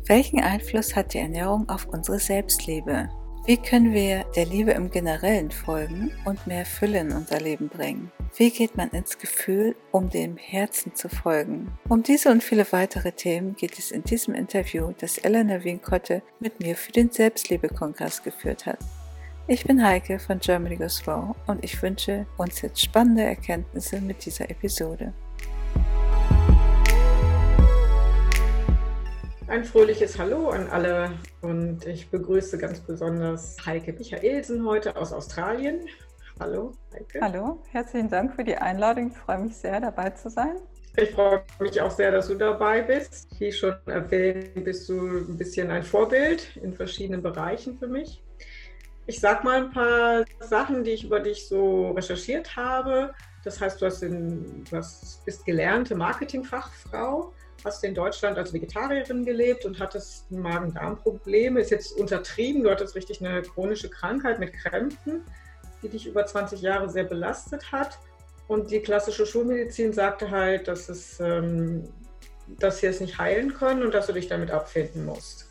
Welchen Einfluss hat die Ernährung auf unsere Selbstliebe? Wie können wir der Liebe im Generellen folgen und mehr Fülle in unser Leben bringen? Wie geht man ins Gefühl, um dem Herzen zu folgen? Um diese und viele weitere Themen geht es in diesem Interview, das Elena Wienkotte mit mir für den Selbstliebe-Kongress geführt hat. Ich bin Heike von Germany Goes Raw und ich wünsche uns jetzt spannende Erkenntnisse mit dieser Episode. Ein fröhliches Hallo an alle und ich begrüße ganz besonders Heike Michaelsen heute aus Australien. Hallo Heike. Hallo, herzlichen Dank für die Einladung. Ich freue mich sehr, dabei zu sein. Ich freue mich auch sehr, dass du dabei bist. Wie schon erwähnt, bist du ein bisschen ein Vorbild in verschiedenen Bereichen für mich. Ich sage mal ein paar Sachen, die ich über dich so recherchiert habe. Das heißt, du bist gelernte Marketingfachfrau, hast in Deutschland als Vegetarierin gelebt und hattest Magen-Darm-Probleme. Ist jetzt untertrieben, du hattest richtig eine chronische Krankheit mit Krämpfen, die dich über 20 Jahre sehr belastet hat. Und die klassische Schulmedizin sagte halt, dass wir es nicht heilen können und dass du dich damit abfinden musst.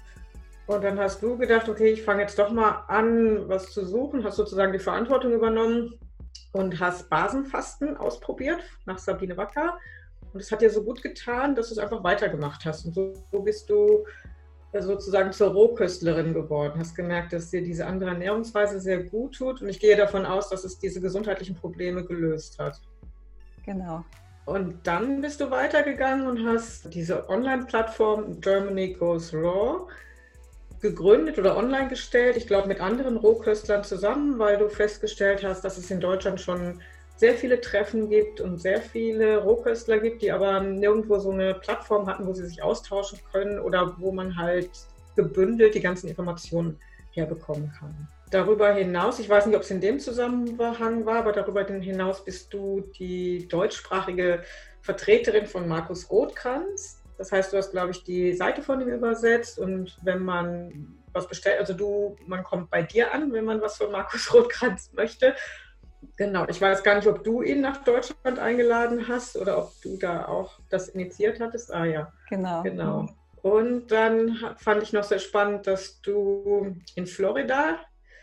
Und dann hast du gedacht, okay, ich fange jetzt doch mal an, was zu suchen, hast sozusagen die Verantwortung übernommen und hast Basenfasten ausprobiert nach Sabine Wacker. Und es hat dir so gut getan, dass du es einfach weitergemacht hast. Und so bist du sozusagen zur Rohköstlerin geworden. Hast gemerkt, dass dir diese andere Ernährungsweise sehr gut tut. Und ich gehe davon aus, dass es diese gesundheitlichen Probleme gelöst hat. Genau. Und dann bist du weitergegangen und hast diese Online-Plattform Germany Goes Raw gegründet oder online gestellt. Ich glaube, mit anderen Rohköstlern zusammen, weil du festgestellt hast, dass es in Deutschland schon sehr viele Treffen gibt und sehr viele Rohköstler gibt, die aber nirgendwo so eine Plattform hatten, wo sie sich austauschen können oder wo man halt gebündelt die ganzen Informationen herbekommen kann. Darüber hinaus, ich weiß nicht, ob es in dem Zusammenhang war, aber darüber hinaus bist du die deutschsprachige Vertreterin von Markus Rothkranz. Das heißt, du hast, glaube ich, die Seite von ihm übersetzt und wenn man was bestellt, man kommt bei dir an, wenn man was von Markus Rothkranz möchte. Genau, ich weiß gar nicht, ob du ihn nach Deutschland eingeladen hast oder ob du da auch das initiiert hattest. Ah ja, genau. Und dann fand ich noch sehr spannend, dass du in Florida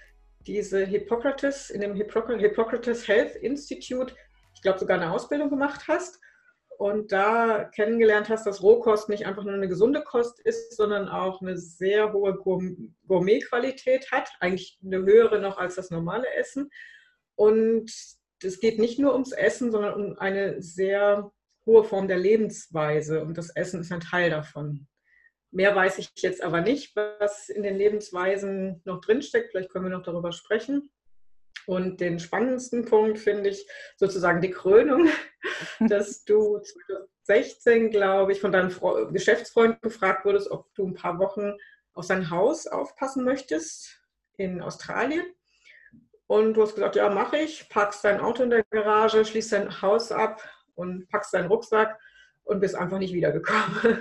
in dem Hippocrates Health Institute, ich glaube sogar eine Ausbildung gemacht hast und da kennengelernt hast, dass Rohkost nicht einfach nur eine gesunde Kost ist, sondern auch eine sehr hohe Gourmet-Qualität hat, eigentlich eine höhere noch als das normale Essen. Und es geht nicht nur ums Essen, sondern um eine sehr hohe Form der Lebensweise. Und das Essen ist ein Teil davon. Mehr weiß ich jetzt aber nicht, was in den Lebensweisen noch drinsteckt. Vielleicht können wir noch darüber sprechen. Und den spannendsten Punkt finde ich sozusagen die Krönung, dass du 2016, glaube ich, von deinem Geschäftsfreund gefragt wurdest, ob du ein paar Wochen auf sein Haus aufpassen möchtest in Australien. Und du hast gesagt, ja, mache ich, parkst dein Auto in der Garage, schließt dein Haus ab und packst deinen Rucksack und bist einfach nicht wiedergekommen.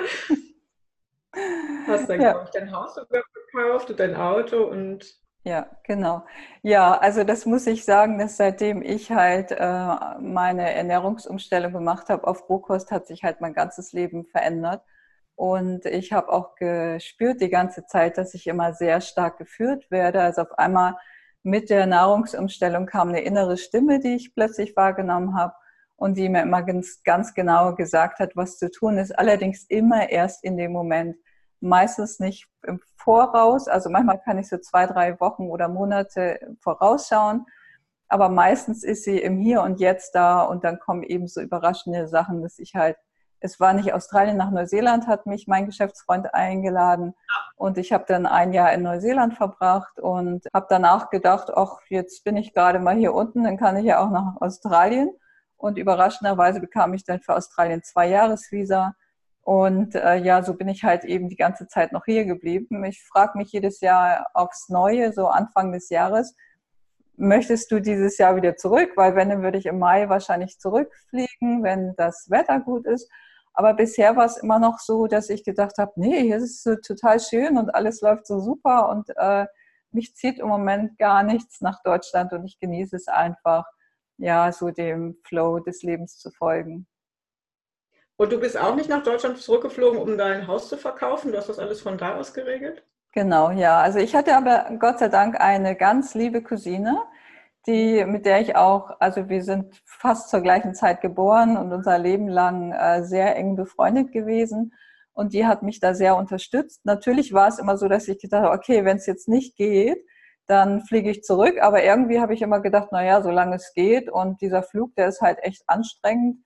Hast dann, glaube ich, dein Haus sogar gekauft und dein Auto und... Ja, genau. Ja, also das muss ich sagen, dass seitdem ich halt meine Ernährungsumstellung gemacht habe auf Rohkost, hat sich halt mein ganzes Leben verändert. Und ich habe auch gespürt die ganze Zeit, dass ich immer sehr stark geführt werde. Also auf einmal mit der Nahrungsumstellung kam eine innere Stimme, die ich plötzlich wahrgenommen habe und die mir immer ganz genau gesagt hat, was zu tun ist. Allerdings immer erst in dem Moment, meistens nicht im Voraus. Also manchmal kann ich so 2, 3 Wochen oder Monate vorausschauen, aber meistens ist sie im Hier und Jetzt da und dann kommen eben so überraschende Sachen, dass ich halt, es war nicht Australien, nach Neuseeland hat mich mein Geschäftsfreund eingeladen und ich habe dann ein Jahr in Neuseeland verbracht und habe danach gedacht, ach, jetzt bin ich gerade mal hier unten, dann kann ich ja auch nach Australien und überraschenderweise bekam ich dann für Australien 2-Jahres-Visa und ja, so bin ich halt eben die ganze Zeit noch hier geblieben. Ich frage mich jedes Jahr aufs Neue, so Anfang des Jahres, möchtest du dieses Jahr wieder zurück? Weil wenn, dann würde ich im Mai wahrscheinlich zurückfliegen, wenn das Wetter gut ist. Aber bisher war es immer noch so, dass ich gedacht habe, nee, hier ist es so total schön und alles läuft so super und mich zieht im Moment gar nichts nach Deutschland und ich genieße es einfach, ja, so dem Flow des Lebens zu folgen. Und du bist auch nicht nach Deutschland zurückgeflogen, um dein Haus zu verkaufen? Du hast das alles von da aus geregelt? Genau, ja. Also ich hatte aber Gott sei Dank eine ganz liebe Cousine, mit der ich auch, also wir sind fast zur gleichen Zeit geboren und unser Leben lang sehr eng befreundet gewesen. Und die hat mich da sehr unterstützt. Natürlich war es immer so, dass ich gedacht habe, okay, wenn es jetzt nicht geht, dann fliege ich zurück. Aber irgendwie habe ich immer gedacht, na ja, solange es geht. Und dieser Flug, der ist halt echt anstrengend.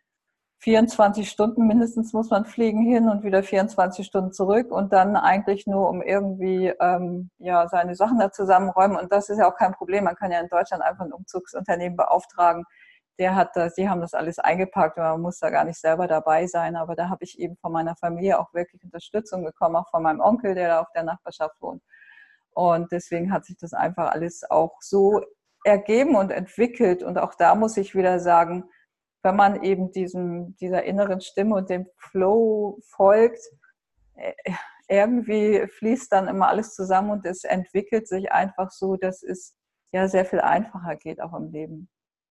24 Stunden mindestens muss man fliegen hin und wieder 24 Stunden zurück und dann eigentlich nur, um irgendwie ja seine Sachen da zusammenräumen. Und das ist ja auch kein Problem. Man kann ja in Deutschland einfach ein Umzugsunternehmen beauftragen. Die haben das alles eingepackt und man muss da gar nicht selber dabei sein. Aber da habe ich eben von meiner Familie auch wirklich Unterstützung bekommen, auch von meinem Onkel, der da auf der Nachbarschaft wohnt. Und deswegen hat sich das einfach alles auch so ergeben und entwickelt. Und auch da muss ich wieder sagen, wenn man eben dieser inneren Stimme und dem Flow folgt, irgendwie fließt dann immer alles zusammen und es entwickelt sich einfach so, dass es ja sehr viel einfacher geht, auch im Leben.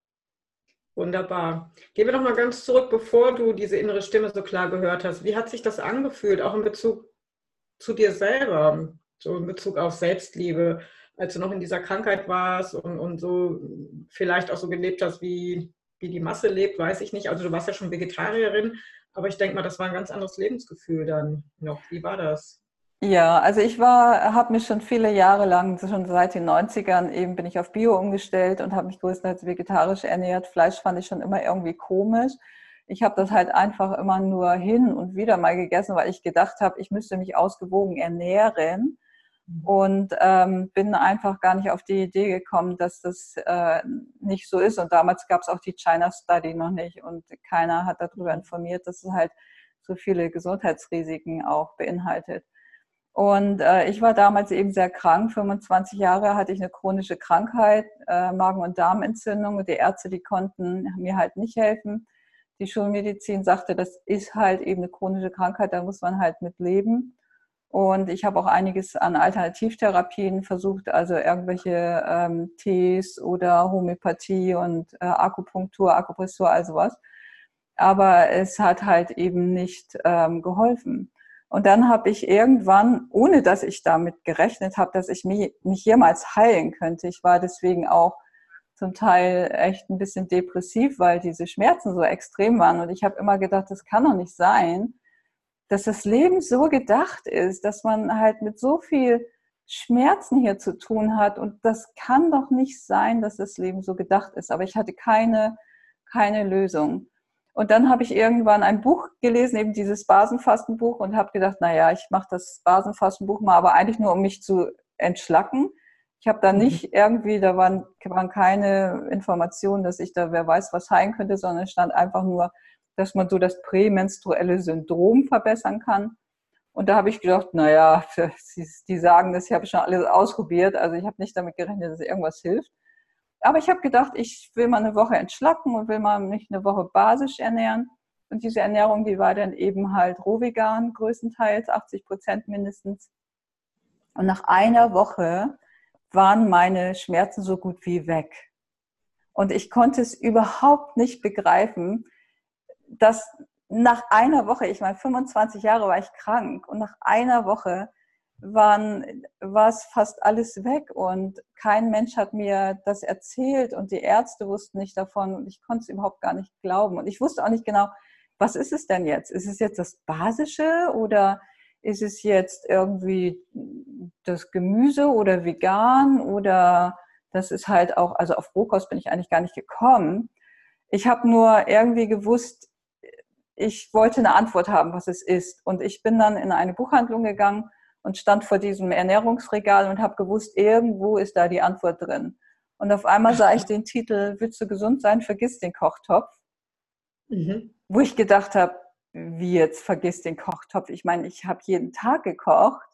Wunderbar. Gehen wir noch mal ganz zurück, bevor du diese innere Stimme so klar gehört hast. Wie hat sich das angefühlt, auch in Bezug zu dir selber, so in Bezug auf Selbstliebe, als du noch in dieser Krankheit warst und so vielleicht auch so gelebt hast, wie die Masse lebt, weiß ich nicht. Also du warst ja schon Vegetarierin, aber ich denke mal, das war ein ganz anderes Lebensgefühl dann noch. Wie war das? Ja, also habe mich schon viele Jahre lang, schon seit den 90ern eben bin ich auf Bio umgestellt und habe mich größtenteils vegetarisch ernährt. Fleisch fand ich schon immer irgendwie komisch. Ich habe das halt einfach immer nur hin und wieder mal gegessen, weil ich gedacht habe, ich müsste mich ausgewogen ernähren und bin einfach gar nicht auf die Idee gekommen, dass das nicht so ist. Und damals gab es auch die China Study noch nicht und keiner hat darüber informiert, dass es halt so viele Gesundheitsrisiken auch beinhaltet. Und ich war damals eben sehr krank. 25 Jahre hatte ich eine chronische Krankheit, Magen- und Darmentzündung. Und die Ärzte, die konnten mir halt nicht helfen. Die Schulmedizin sagte, das ist halt eben eine chronische Krankheit, da muss man halt mit leben. Und ich habe auch einiges an Alternativtherapien versucht, also irgendwelche Tees oder Homöopathie und Akupunktur, Akupressur, also was. Aber es hat halt eben nicht geholfen. Und dann habe ich irgendwann, ohne dass ich damit gerechnet habe, dass ich mich jemals heilen könnte, ich war deswegen auch zum Teil echt ein bisschen depressiv, weil diese Schmerzen so extrem waren. Und ich habe immer gedacht, das kann doch nicht sein, dass das Leben so gedacht ist, dass man halt mit so viel Schmerzen hier zu tun hat. Und das kann doch nicht sein, dass das Leben so gedacht ist. Aber ich hatte keine Lösung. Und dann habe ich irgendwann ein Buch gelesen, eben dieses Basenfastenbuch, und habe gedacht, naja, ich mache das Basenfastenbuch mal, aber eigentlich nur, um mich zu entschlacken. Ich habe da nicht irgendwie, waren keine Informationen, dass ich da wer weiß was heilen könnte, sondern es stand einfach nur, dass man so das prämenstruelle Syndrom verbessern kann. Und da habe ich gedacht, naja, die sagen das, ich habe schon alles ausprobiert, also ich habe nicht damit gerechnet, dass irgendwas hilft. Aber ich habe gedacht, ich will mal eine Woche entschlacken und will mal mich eine Woche basisch ernähren. Und diese Ernährung, die war dann eben halt rohvegan, größtenteils, 80% mindestens. Und nach einer Woche waren meine Schmerzen so gut wie weg. Und ich konnte es überhaupt nicht begreifen, dass nach einer Woche, ich meine, 25 Jahre war ich krank und nach einer Woche war es fast alles weg und kein Mensch hat mir das erzählt und die Ärzte wussten nicht davon und ich konnte es überhaupt gar nicht glauben. Und ich wusste auch nicht genau, was ist es denn jetzt? Ist es jetzt das Basische oder ist es jetzt irgendwie das Gemüse oder vegan oder das ist halt auch, also auf Rohkost bin ich eigentlich gar nicht gekommen. Ich habe nur irgendwie gewusst, ich wollte eine Antwort haben, was es ist. Und ich bin dann in eine Buchhandlung gegangen und stand vor diesem Ernährungsregal und habe gewusst, irgendwo ist da die Antwort drin. Und auf einmal sah ich den Titel, willst du gesund sein, vergiss den Kochtopf. Mhm. Wo ich gedacht habe, wie jetzt vergiss den Kochtopf? Ich meine, ich habe jeden Tag gekocht.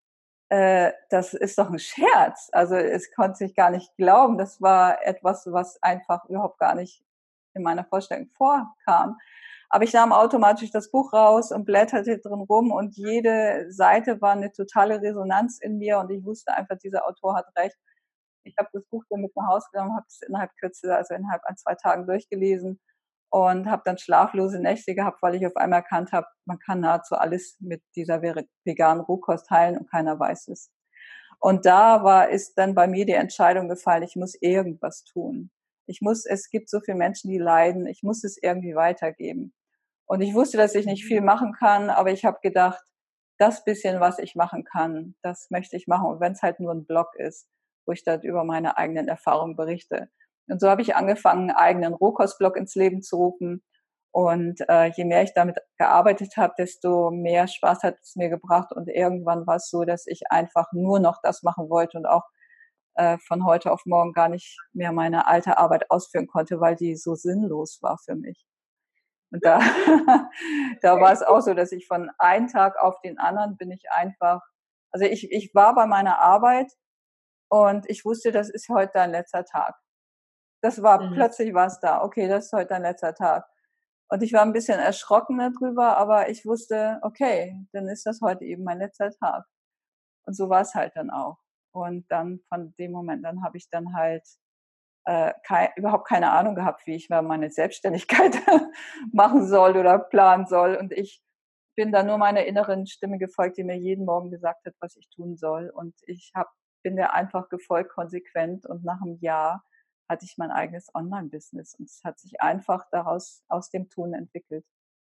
Das ist doch ein Scherz. Also es konnte sich gar nicht glauben. Das war etwas, was einfach überhaupt gar nicht in meiner Vorstellung vorkam. Aber ich nahm automatisch das Buch raus und blätterte drin rum und jede Seite war eine totale Resonanz in mir und ich wusste einfach, dieser Autor hat recht. Ich habe das Buch dann mit nach Hause genommen, habe es innerhalb an 2 Tagen durchgelesen und habe dann schlaflose Nächte gehabt, weil ich auf einmal erkannt habe, man kann nahezu alles mit dieser veganen Rohkost heilen und keiner weiß es. Und ist dann bei mir die Entscheidung gefallen, ich muss irgendwas tun. Es gibt so viele Menschen, die leiden, ich muss es irgendwie weitergeben. Und ich wusste, dass ich nicht viel machen kann, aber ich habe gedacht, das bisschen, was ich machen kann, das möchte ich machen. Und wenn es halt nur ein Blog ist, wo ich dann über meine eigenen Erfahrungen berichte. Und so habe ich angefangen, einen eigenen Rohkostblog ins Leben zu rufen. Und je mehr ich damit gearbeitet habe, desto mehr Spaß hat es mir gebracht. Und irgendwann war es so, dass ich einfach nur noch das machen wollte und auch von heute auf morgen gar nicht mehr meine alte Arbeit ausführen konnte, weil die so sinnlos war für mich. Und da war es auch so, dass ich von einem Tag auf den anderen bin ich einfach, also ich war bei meiner Arbeit und ich wusste, das ist heute dein letzter Tag. Plötzlich war es da. Okay, das ist heute dein letzter Tag. Und ich war ein bisschen erschrocken darüber, aber ich wusste, okay, dann ist das heute eben mein letzter Tag. Und so war es halt dann auch. Und dann von dem Moment an habe ich dann halt überhaupt keine Ahnung gehabt, wie ich meine Selbstständigkeit machen soll oder planen soll. Und ich bin dann nur meiner inneren Stimme gefolgt, die mir jeden Morgen gesagt hat, was ich tun soll. Und bin der einfach gefolgt, konsequent. Und nach einem Jahr hatte ich mein eigenes Online-Business. Und es hat sich einfach aus dem Tun entwickelt.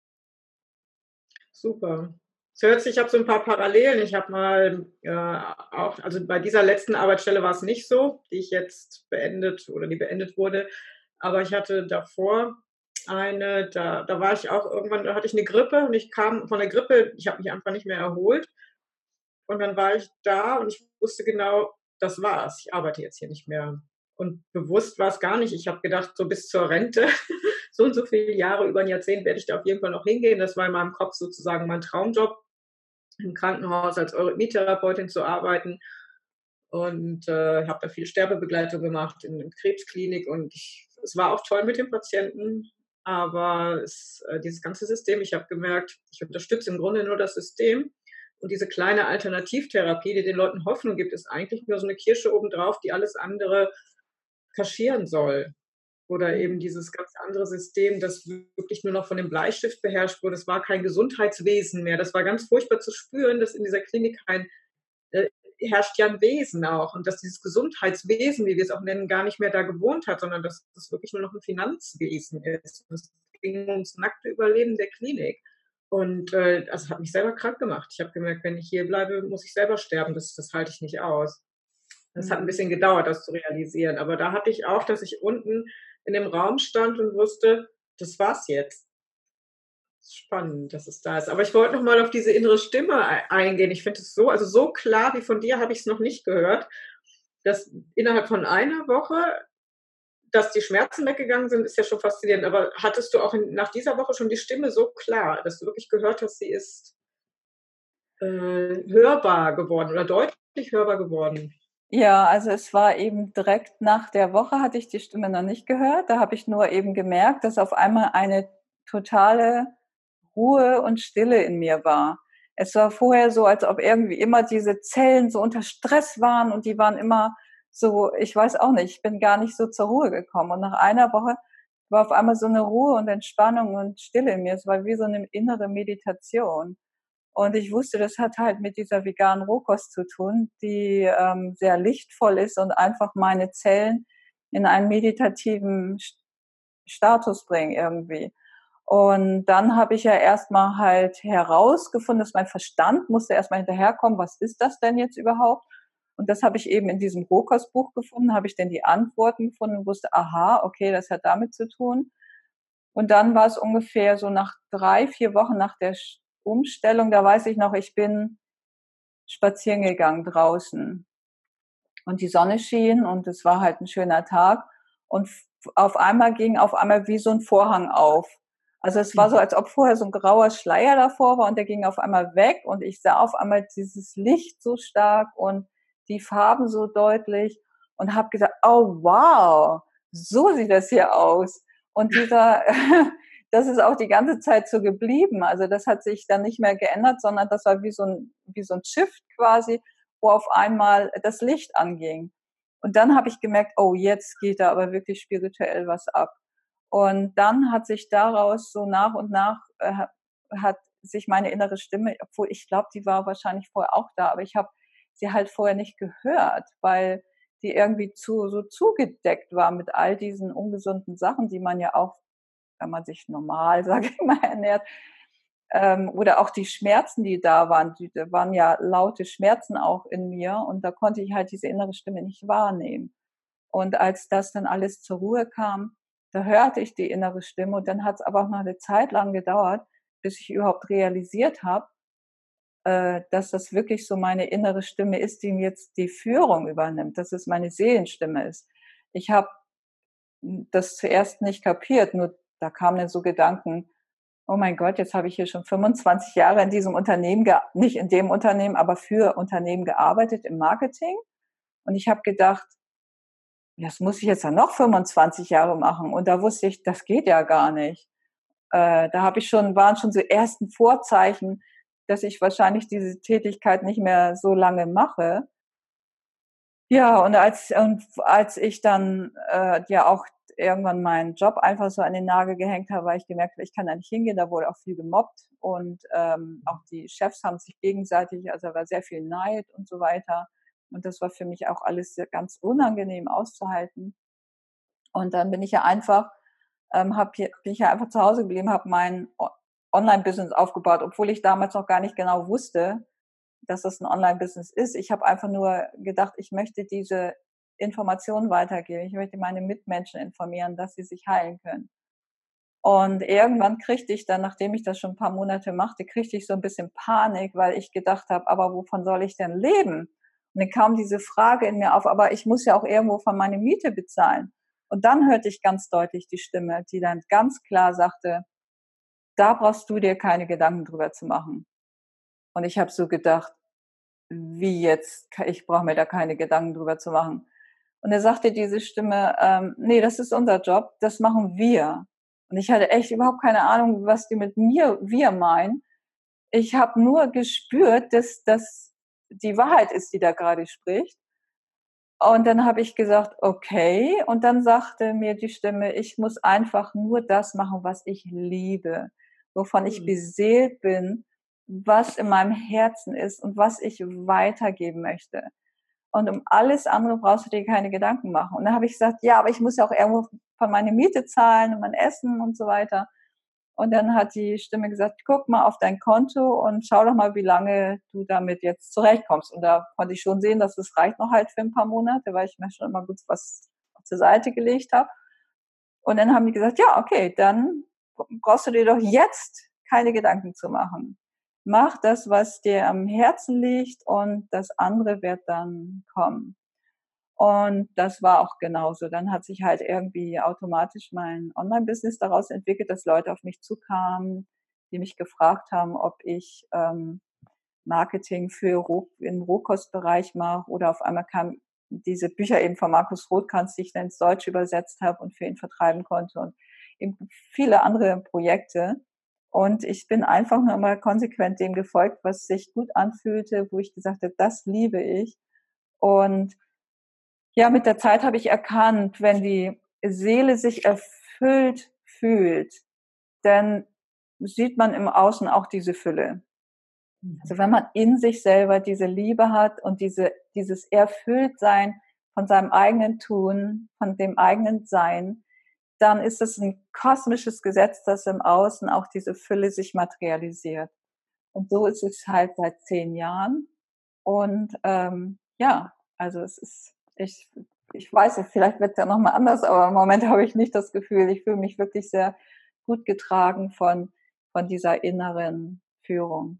Super. Ich habe so ein paar Parallelen. Ich habe mal auch, also bei dieser letzten Arbeitsstelle war es nicht so, die beendet wurde. Aber ich hatte davor da war ich auch irgendwann, da hatte ich eine Grippe und ich kam von der Grippe, ich habe mich einfach nicht mehr erholt. Und dann war ich da und ich wusste genau, das war's. Ich arbeite jetzt hier nicht mehr. Und bewusst war es gar nicht. Ich habe gedacht, so bis zur Rente, so und so viele Jahre, über ein Jahrzehnt werde ich da auf jeden Fall noch hingehen. Das war in meinem Kopf sozusagen mein Traumjob, im Krankenhaus als Eurythmietherapeutin zu arbeiten. Und habe da viel Sterbebegleitung gemacht in der Krebsklinik. Und es war auch toll mit den Patienten. Aber dieses ganze System, ich habe gemerkt, ich unterstütze im Grunde nur das System. Und diese kleine Alternativtherapie, die den Leuten Hoffnung gibt, ist eigentlich nur so eine Kirsche obendrauf, die alles andere kaschieren soll. Oder eben dieses ganz andere System, das wirklich nur noch von dem Bleistift beherrscht wurde. Das war kein Gesundheitswesen mehr. Das war ganz furchtbar zu spüren, dass in dieser Klinik herrscht ja ein Wesen auch. Und dass dieses Gesundheitswesen, wie wir es auch nennen, gar nicht mehr da gewohnt hat, sondern dass es wirklich nur noch ein Finanzwesen ist. Es ging ums nackte Überleben der Klinik. Und das hat mich selber krank gemacht. Ich habe gemerkt, wenn ich hier bleibe, muss ich selber sterben. Das halte ich nicht aus. Das hat ein bisschen gedauert, das zu realisieren. Aber da hatte ich auch, dass ich unten in dem Raum stand und wusste, das war's jetzt. Spannend, dass es da ist. Aber ich wollte noch mal auf diese innere Stimme eingehen. Ich finde es so klar wie von dir habe ich es noch nicht gehört, dass innerhalb von einer Woche, dass die Schmerzen weggegangen sind, ist ja schon faszinierend. Aber hattest du auch nach dieser Woche schon die Stimme so klar, dass du wirklich gehört hast, sie ist hörbar geworden oder deutlich hörbar geworden? Ja, also es war eben direkt nach der Woche hatte ich die Stimme noch nicht gehört. Da habe ich nur eben gemerkt, dass auf einmal eine totale Ruhe und Stille in mir war. Es war vorher so, als ob irgendwie immer diese Zellen so unter Stress waren und die waren immer so, ich weiß auch nicht, ich bin gar nicht so zur Ruhe gekommen. Und nach einer Woche war auf einmal so eine Ruhe und Entspannung und Stille in mir. Es war wie so eine innere Meditation. Und ich wusste, das hat halt mit dieser veganen Rohkost zu tun, die sehr lichtvoll ist und einfach meine Zellen in einen meditativen Status bringen irgendwie. Und dann habe ich ja erstmal halt herausgefunden, dass mein Verstand musste erstmal hinterherkommen, was ist das denn jetzt überhaupt? Und das habe ich eben in diesem Rohkostbuch gefunden, habe ich dann die Antworten gefunden und wusste, aha, okay, das hat damit zu tun. Und dann war es ungefähr so nach 3-4 Wochen nach der Umstellung, da weiß ich noch, ich bin spazieren gegangen draußen und die Sonne schien und es war halt ein schöner Tag und auf einmal ging wie so ein Vorhang auf. Also es war so, als ob vorher so ein grauer Schleier davor war und der ging auf einmal weg und ich sah auf einmal dieses Licht so stark und die Farben so deutlich und habe gesagt, oh wow, so sieht das hier aus. Und das ist auch die ganze Zeit so geblieben. Also das hat sich dann nicht mehr geändert, sondern das war wie so ein Shift quasi, wo auf einmal das Licht anging. Und dann habe ich gemerkt, oh, jetzt geht da aber wirklich spirituell was ab. Und dann hat sich daraus so nach und nach, hat sich meine innere Stimme, obwohl ich glaube, die war wahrscheinlich vorher auch da, aber ich habe sie halt vorher nicht gehört, weil die irgendwie so zugedeckt war mit all diesen ungesunden Sachen, die man ja auch, wenn man sich normal, sage ich mal, ernährt, oder auch die Schmerzen, die da waren ja laute Schmerzen auch in mir und da konnte ich halt diese innere Stimme nicht wahrnehmen. Und als das dann alles zur Ruhe kam, da hörte ich die innere Stimme und dann hat es aber auch noch eine Zeit lang gedauert, bis ich überhaupt realisiert habe, dass das wirklich so meine innere Stimme ist, die mir jetzt die Führung übernimmt, dass es meine Seelenstimme ist. Ich habe das zuerst nicht kapiert, nur da kamen dann so Gedanken, oh mein Gott, jetzt habe ich hier schon 25 Jahre in diesem Unternehmen, nicht in dem Unternehmen, aber für Unternehmen gearbeitet im Marketing. Und ich habe gedacht, das muss ich jetzt ja noch 25 Jahre machen. Und da wusste ich, das geht ja gar nicht. Da waren schon so ersten Vorzeichen, dass ich wahrscheinlich diese Tätigkeit nicht mehr so lange mache. Ja, und als ich dann ja auch irgendwann meinen Job einfach so an den Nagel gehängt habe, weil ich gemerkt habe, ich kann da nicht hingehen, da wurde auch viel gemobbt und auch die Chefs haben sich gegenseitig, also da war sehr viel Neid und so weiter. Und das war für mich auch alles ganz unangenehm auszuhalten. Und dann bin ich ja einfach, bin ich ja einfach zu Hause geblieben, habe mein Online-Business aufgebaut, obwohl ich damals noch gar nicht genau wusste, dass das ein Online-Business ist. Ich habe einfach nur gedacht, ich möchte diese Informationen weitergeben. Ich möchte meine Mitmenschen informieren, dass sie sich heilen können. Und irgendwann kriegte ich dann, nachdem ich das schon ein paar Monate machte, kriegte ich so ein bisschen Panik, weil ich gedacht habe, aber wovon soll ich denn leben? Und dann kam diese Frage in mir auf, aber ich muss ja auch irgendwo von meine Miete bezahlen. Und dann hörte ich ganz deutlich die Stimme, die dann ganz klar sagte, da brauchst du dir keine Gedanken drüber zu machen. Und ich habe so gedacht, wie jetzt? Ich brauche mir da keine Gedanken drüber zu machen. Und er sagte diese Stimme, nee, das ist unser Job, das machen wir. Und ich hatte echt überhaupt keine Ahnung, was die mit wir meinen. Ich habe nur gespürt, dass das die Wahrheit ist, die da gerade spricht. Und dann habe ich gesagt, okay. Und dann sagte mir die Stimme, ich muss einfach nur das machen, was ich liebe, wovon ich beseelt bin, was in meinem Herzen ist und was ich weitergeben möchte. Und um alles andere brauchst du dir keine Gedanken machen. Und dann habe ich gesagt, ja, aber ich muss ja auch irgendwo von meiner Miete zahlen und mein Essen und so weiter. Und dann hat die Stimme gesagt, guck mal auf dein Konto und schau doch mal, wie lange du damit jetzt zurechtkommst. Und da konnte ich schon sehen, dass es reicht noch halt für ein paar Monate, weil ich mir schon immer gut was zur Seite gelegt habe. Und dann haben die gesagt, ja, okay, dann brauchst du dir doch jetzt keine Gedanken zu machen. Mach das, was dir am Herzen liegt und das andere wird dann kommen. Und das war auch genauso. Dann hat sich halt irgendwie automatisch mein Online-Business daraus entwickelt, dass Leute auf mich zukamen, die mich gefragt haben, ob ich Marketing für im Rohkostbereich mache. Oder auf einmal kamen diese Bücher eben von Markus Rothkranz, die ich dann ins Deutsche übersetzt habe und für ihn vertreiben konnte. Und eben viele andere Projekte. Und ich bin einfach nur mal konsequent dem gefolgt, was sich gut anfühlte, wo ich gesagt habe, das liebe ich. Und ja, mit der Zeit habe ich erkannt, wenn die Seele sich erfüllt fühlt, dann sieht man im Außen auch diese Fülle. Also wenn man in sich selber diese Liebe hat und dieses Erfülltsein von seinem eigenen Tun, von dem eigenen Sein, dann ist es ein kosmisches Gesetz, dass im Außen auch diese Fülle sich materialisiert. Und so ist es halt seit 10 Jahren. Und ja, also es ist, ich weiß nicht, vielleicht wird es ja nochmal anders, aber im Moment habe ich nicht das Gefühl, ich fühle mich wirklich sehr gut getragen von dieser inneren Führung.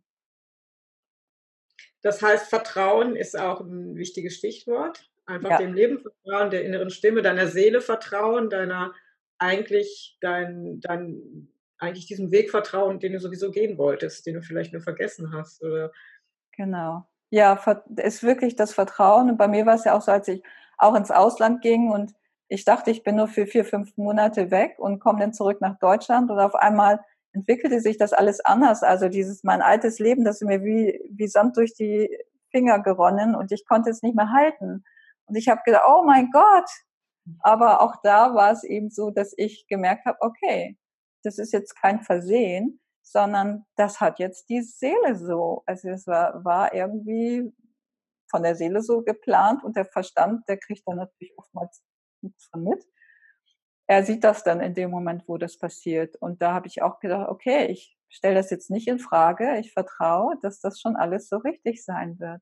Das heißt, Vertrauen ist auch ein wichtiges Stichwort. Einfach dem Leben vertrauen, der inneren Stimme, deiner Seele vertrauen, eigentlich diesem Weg vertrauen, den du sowieso gehen wolltest, den du vielleicht nur vergessen hast, oder? Genau. Ja, ist wirklich das Vertrauen. Und bei mir war es ja auch so, als ich auch ins Ausland ging und ich dachte, ich bin nur für 4, 5 Monate weg und komme dann zurück nach Deutschland und auf einmal entwickelte sich das alles anders. Also mein altes Leben, das ist mir wie Sand durch die Finger geronnen und ich konnte es nicht mehr halten. Und ich habe gedacht, oh mein Gott, Aber auch da war es eben so, dass ich gemerkt habe, okay, das ist jetzt kein Versehen, sondern das hat jetzt die Seele so. Also es war irgendwie von der Seele so geplant und der Verstand, der kriegt dann natürlich oftmals nichts von mit. Er sieht das dann in dem Moment, wo das passiert. Und da habe ich auch gedacht, okay, ich stelle das jetzt nicht in Frage. Ich vertraue, dass das schon alles so richtig sein wird.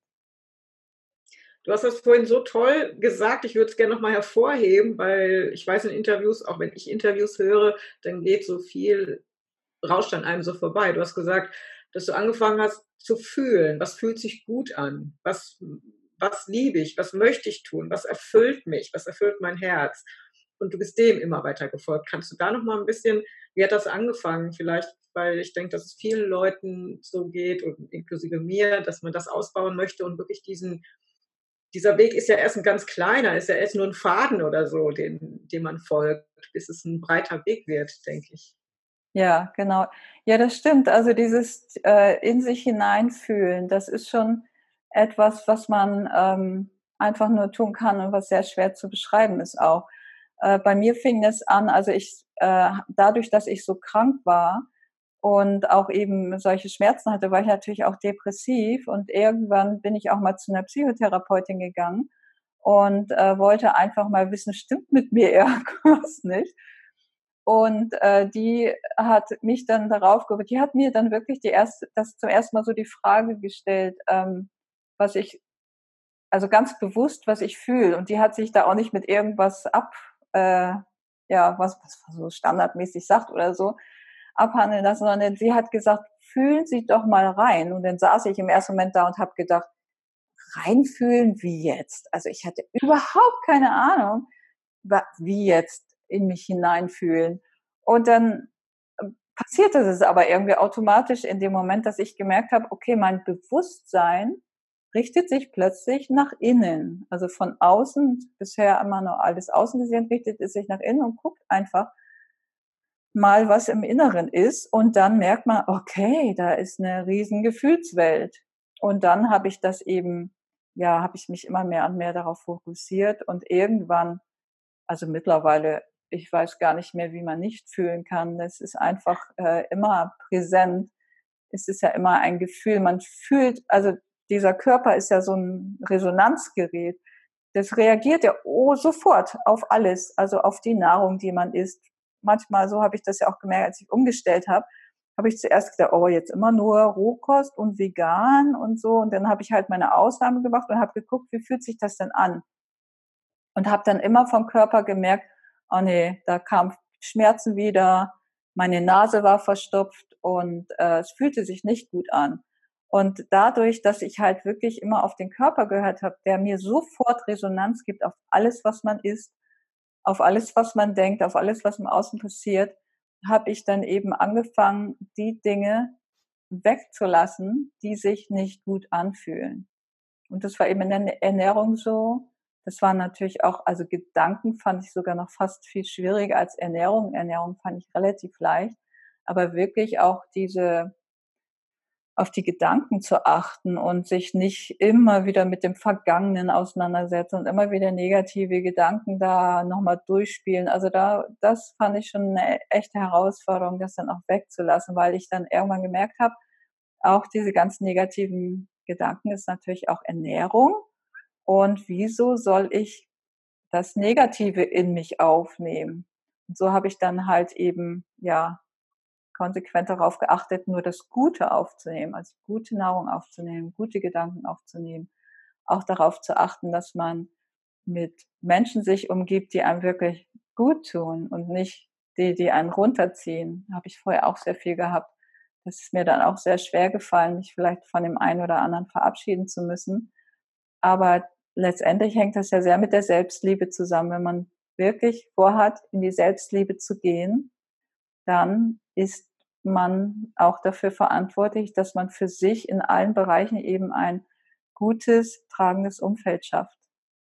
Du hast das vorhin so toll gesagt, ich würde es gerne noch mal hervorheben, weil ich weiß in Interviews, auch wenn ich Interviews höre, dann geht so viel rauscht an einem so vorbei. Du hast gesagt, dass du angefangen hast zu fühlen, was fühlt sich gut an, was liebe ich, was möchte ich tun, was erfüllt mich, was erfüllt mein Herz. Und du bist dem immer weiter gefolgt. Kannst du da noch mal ein bisschen, wie hat das angefangen? Vielleicht, weil ich denke, dass es vielen Leuten so geht und inklusive mir, dass man das ausbauen möchte und wirklich dieser Weg ist ja erst ein ganz kleiner, ist ja erst nur ein Faden oder so, dem man folgt, bis es ein breiter Weg wird, denke ich. Ja, genau. Ja, das stimmt. Also dieses in sich hineinfühlen, das ist schon etwas, was man einfach nur tun kann und was sehr schwer zu beschreiben ist auch. Bei mir fing es an, also dadurch, dass ich so krank war und auch eben solche Schmerzen hatte, war ich natürlich auch depressiv und irgendwann bin ich auch mal zu einer Psychotherapeutin gegangen und wollte einfach mal wissen, stimmt mit mir irgendwas nicht? Und die hat mich dann darauf gebracht, die hat mir dann wirklich das zum ersten Mal so die Frage gestellt, was ich, also ganz bewusst, was ich fühle. Und die hat sich da auch nicht mit irgendwas ja, was man so standardmäßig sagt oder so, abhandeln lassen, sondern sie hat gesagt, fühlen Sie doch mal rein. Und dann saß ich im ersten Moment da und habe gedacht, reinfühlen wie jetzt? Also ich hatte überhaupt keine Ahnung, wie jetzt in mich hineinfühlen. Und dann passierte es aber irgendwie automatisch in dem Moment, dass ich gemerkt habe, okay, mein Bewusstsein richtet sich plötzlich nach innen. Also von außen, bisher immer nur alles außen gesehen, richtet es sich nach innen und guckt einfach mal, was im Inneren ist. Und dann merkt man, okay, da ist eine riesen Gefühlswelt. Und dann habe ich das eben, ja, habe ich mich immer mehr und mehr darauf fokussiert und irgendwann, also mittlerweile, ich weiß gar nicht mehr, wie man nicht fühlen kann. Es ist einfach immer präsent. Es ist ja immer ein Gefühl. Man fühlt, also dieser Körper ist ja so ein Resonanzgerät. Das reagiert ja sofort auf alles, also auf die Nahrung, die man isst. Manchmal, so habe ich das ja auch gemerkt, als ich umgestellt habe ich zuerst gedacht, oh, jetzt immer nur Rohkost und vegan und so. Und dann habe ich halt meine Ausnahme gemacht und habe geguckt, wie fühlt sich das denn an? Und habe dann immer vom Körper gemerkt, oh nee, da kamen Schmerzen wieder, meine Nase war verstopft und es fühlte sich nicht gut an. Und dadurch, dass ich halt wirklich immer auf den Körper gehört habe, der mir sofort Resonanz gibt auf alles, was man isst, auf alles, was man denkt, auf alles, was im Außen passiert, habe ich dann eben angefangen, die Dinge wegzulassen, die sich nicht gut anfühlen. Und das war eben in der Ernährung so. Das waren natürlich auch, also Gedanken fand ich sogar noch fast viel schwieriger als Ernährung. Ernährung fand ich relativ leicht. Aber wirklich auch auf die Gedanken zu achten und sich nicht immer wieder mit dem Vergangenen auseinandersetzen und immer wieder negative Gedanken da nochmal durchspielen. Also das fand ich schon eine echte Herausforderung, das dann auch wegzulassen, weil ich dann irgendwann gemerkt habe, auch diese ganzen negativen Gedanken ist natürlich auch Ernährung. Und wieso soll ich das Negative in mich aufnehmen? Und so habe ich dann halt eben, ja, konsequent darauf geachtet, nur das Gute aufzunehmen, also gute Nahrung aufzunehmen, gute Gedanken aufzunehmen, auch darauf zu achten, dass man mit Menschen sich umgibt, die einem wirklich gut tun und nicht die einen runterziehen. Habe ich vorher auch sehr viel gehabt. Das ist mir dann auch sehr schwer gefallen, mich vielleicht von dem einen oder anderen verabschieden zu müssen. Aber letztendlich hängt das ja sehr mit der Selbstliebe zusammen. Wenn man wirklich vorhat, in die Selbstliebe zu gehen, dann ist man auch dafür verantwortlich, dass man für sich in allen Bereichen eben ein gutes, tragendes Umfeld schafft.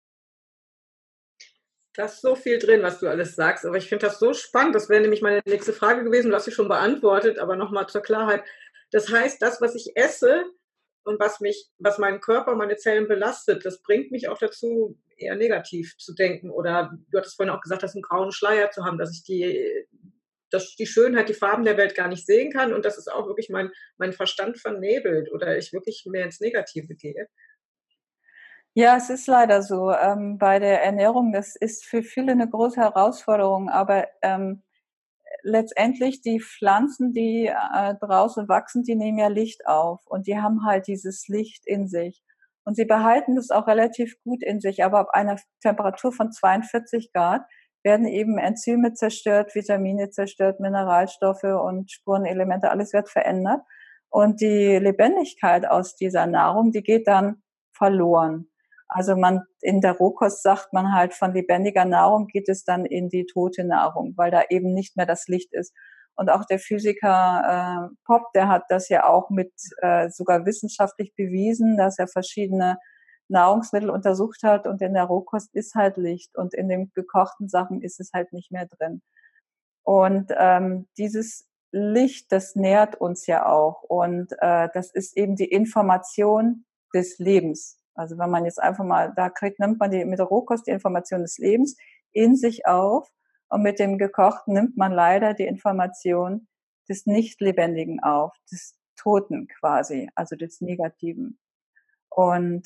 Da ist so viel drin, was du alles sagst, aber ich finde das so spannend. Das wäre nämlich meine nächste Frage gewesen. Du hast sie schon beantwortet, aber nochmal zur Klarheit. Das heißt, das, was ich esse, und was meinen Körper, meine Zellen belastet, das bringt mich auch dazu, eher negativ zu denken. Oder du hattest vorhin auch gesagt, dass einen grauen Schleier zu haben, dass ich die Schönheit, die Farben der Welt gar nicht sehen kann und dass es auch wirklich mein Verstand vernebelt oder ich wirklich mehr ins Negative gehe. Ja, es ist leider so. Bei der Ernährung, das ist für viele eine große Herausforderung, aber letztendlich die Pflanzen, die draußen wachsen, die nehmen ja Licht auf und die haben halt dieses Licht in sich. Und sie behalten das auch relativ gut in sich, aber ab einer Temperatur von 42 Grad werden eben Enzyme zerstört, Vitamine zerstört, Mineralstoffe und Spurenelemente, alles wird verändert. Und die Lebendigkeit aus dieser Nahrung, die geht dann verloren. Also in der Rohkost sagt man halt, von lebendiger Nahrung geht es dann in die tote Nahrung, weil da eben nicht mehr das Licht ist. Und auch der Physiker Popp, der hat das ja auch mit sogar wissenschaftlich bewiesen, dass er verschiedene Nahrungsmittel untersucht hat und in der Rohkost ist halt Licht und in den gekochten Sachen ist es halt nicht mehr drin. Und dieses Licht, das nährt uns ja auch und das ist eben die Information des Lebens. Also wenn man jetzt einfach mal nimmt man mit der Rohkost die Information des Lebens in sich auf und mit dem Gekochten nimmt man leider die Information des Nicht-Lebendigen auf, des Toten quasi, also des Negativen. Und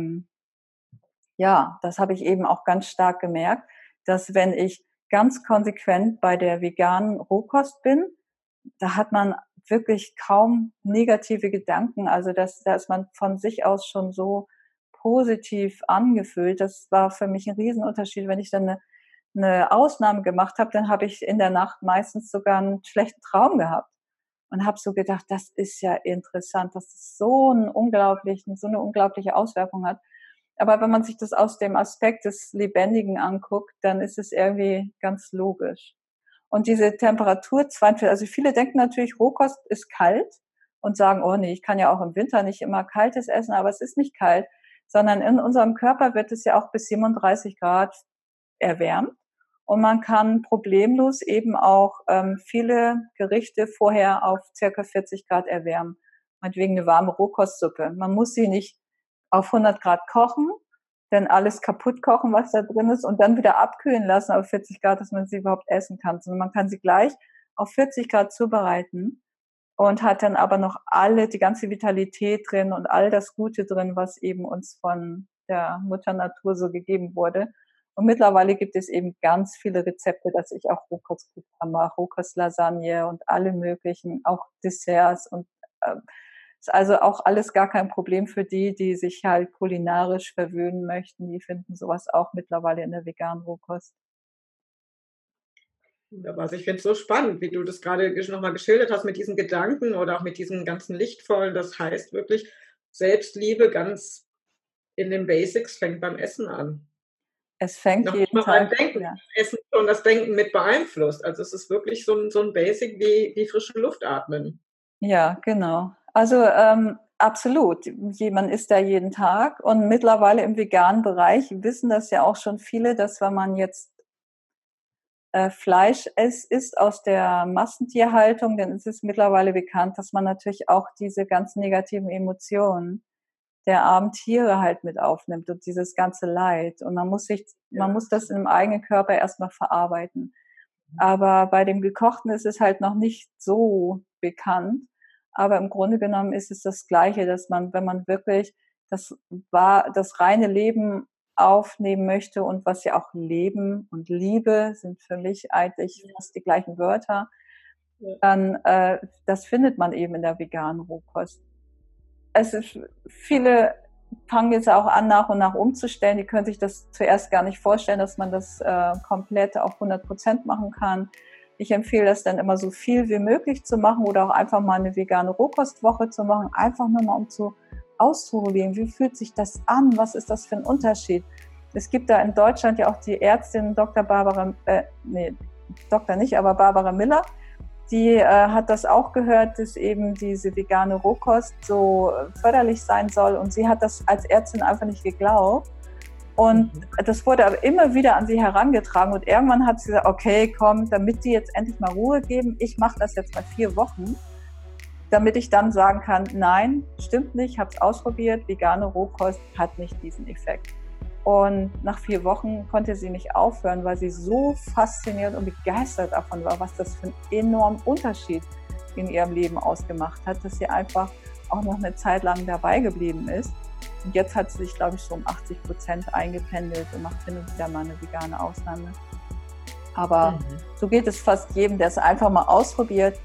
ja, das habe ich eben auch ganz stark gemerkt, dass wenn ich ganz konsequent bei der veganen Rohkost bin, da hat man wirklich kaum negative Gedanken. Also da ist man von sich aus schon so positiv angefühlt. Das war für mich ein Riesenunterschied. Wenn ich dann eine Ausnahme gemacht habe, dann habe ich in der Nacht meistens sogar einen schlechten Traum gehabt und habe so gedacht, das ist ja interessant, dass das so eine unglaubliche Auswirkung hat. Aber wenn man sich das aus dem Aspekt des Lebendigen anguckt, dann ist es irgendwie ganz logisch. Und diese Temperatur 42, also viele denken natürlich, Rohkost ist kalt und sagen, oh nee, ich kann ja auch im Winter nicht immer Kaltes essen, aber es ist nicht kalt, sondern in unserem Körper wird es ja auch bis 37 Grad erwärmt. Und man kann problemlos eben auch viele Gerichte vorher auf circa 40 Grad erwärmen. Meinetwegen eine warme Rohkostsuppe. Man muss sie nicht auf 100 Grad kochen, dann alles kaputt kochen, was da drin ist, und dann wieder abkühlen lassen auf 40 Grad, dass man sie überhaupt essen kann. Sondern man kann sie gleich auf 40 Grad zubereiten und hat dann aber noch die ganze Vitalität drin und all das Gute drin, was eben uns von der Mutter Natur so gegeben wurde. Und mittlerweile gibt es eben ganz viele Rezepte, dass ich auch Rohkostpizza mache, Rohkostlasagne und alle möglichen, auch Desserts und ist also auch alles gar kein Problem für die sich halt kulinarisch verwöhnen möchten. Die finden sowas auch mittlerweile in der veganen Rohkost. Also ich finde es so spannend, wie du das gerade nochmal geschildert hast mit diesen Gedanken oder auch mit diesen ganzen Lichtvollen. Das heißt wirklich, Selbstliebe ganz in den Basics fängt beim Essen an. Es fängt noch jeden Tag beim Denken. Ja. Essen schon das Denken mit beeinflusst. Also es ist wirklich so ein Basic wie frische Luft atmen. Ja, genau. Also absolut. Man isst da jeden Tag und mittlerweile im veganen Bereich wissen das ja auch schon viele, dass wenn man jetzt Fleisch isst aus der Massentierhaltung, dann ist es mittlerweile bekannt, dass man natürlich auch diese ganzen negativen Emotionen der armen Tiere halt mit aufnimmt und dieses ganze Leid. Und man muss das im eigenen Körper erstmal verarbeiten. Aber bei dem Gekochten ist es halt noch nicht so bekannt. Aber im Grunde genommen ist es das Gleiche, dass man, wenn man wirklich das reine Leben aufnehmen möchte und was ja auch Leben und Liebe sind für mich eigentlich fast die gleichen Wörter, dann das findet man eben in der veganen Rohkost. Viele fangen jetzt auch an, nach und nach umzustellen. Die können sich das zuerst gar nicht vorstellen, dass man das komplett auf 100% machen kann. Ich empfehle das dann immer so viel wie möglich zu machen oder auch einfach mal eine vegane Rohkostwoche zu machen, einfach nur mal auszuprobieren, wie fühlt sich das an, was ist das für ein Unterschied. Es gibt da in Deutschland ja auch die Ärztin Barbara Miller, die hat das auch gehört, dass eben diese vegane Rohkost so förderlich sein soll und sie hat das als Ärztin einfach nicht geglaubt. Und das wurde aber immer wieder an sie herangetragen und irgendwann hat sie gesagt, okay, komm, damit die jetzt endlich mal Ruhe geben, ich mache das jetzt mal 4 Wochen. damit ich dann sagen kann, nein, stimmt nicht, ich habe es ausprobiert, vegane Rohkost hat nicht diesen Effekt. Und nach 4 Wochen konnte sie nicht aufhören, weil sie so fasziniert und begeistert davon war, was das für einen enormen Unterschied in ihrem Leben ausgemacht hat, dass sie einfach auch noch eine Zeit lang dabei geblieben ist. Und jetzt hat sie sich, glaube ich, so um 80% eingependelt und macht hin und wieder mal eine vegane Ausnahme. Aber so geht es fast jedem, der es einfach mal ausprobiert.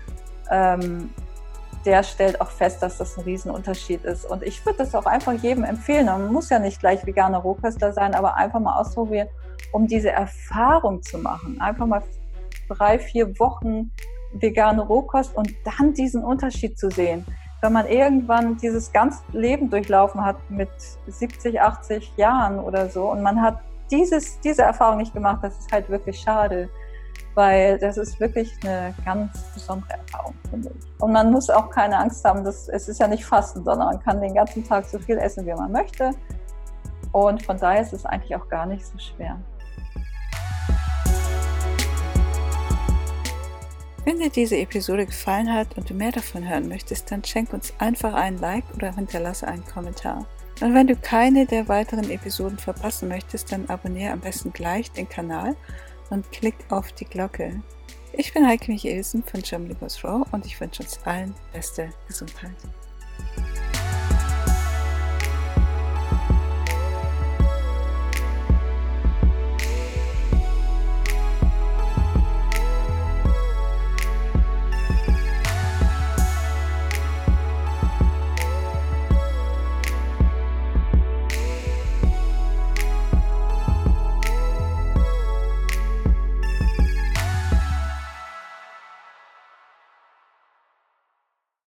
Der stellt auch fest, dass das ein Riesenunterschied ist. Und ich würde das auch einfach jedem empfehlen. Man muss ja nicht gleich veganer Rohköstler sein, aber einfach mal ausprobieren, um diese Erfahrung zu machen. Einfach mal 3-4 Wochen vegane Rohkost und dann diesen Unterschied zu sehen. Wenn man irgendwann dieses ganze Leben durchlaufen hat mit 70, 80 Jahren oder so und man hat diese Erfahrung nicht gemacht, das ist halt wirklich schade. Weil das ist wirklich eine ganz besondere Erfahrung, finde ich. Und man muss auch keine Angst haben, es ist ja nicht Fasten, sondern man kann den ganzen Tag so viel essen, wie man möchte. Und von daher ist es eigentlich auch gar nicht so schwer. Wenn dir diese Episode gefallen hat und du mehr davon hören möchtest, dann schenk uns einfach einen Like oder hinterlasse einen Kommentar. Und wenn du keine der weiteren Episoden verpassen möchtest, dann abonniere am besten gleich den Kanal und klick auf die Glocke. Ich bin Heike Michaelsen von Germany Goes Raw und ich wünsche uns allen beste Gesundheit.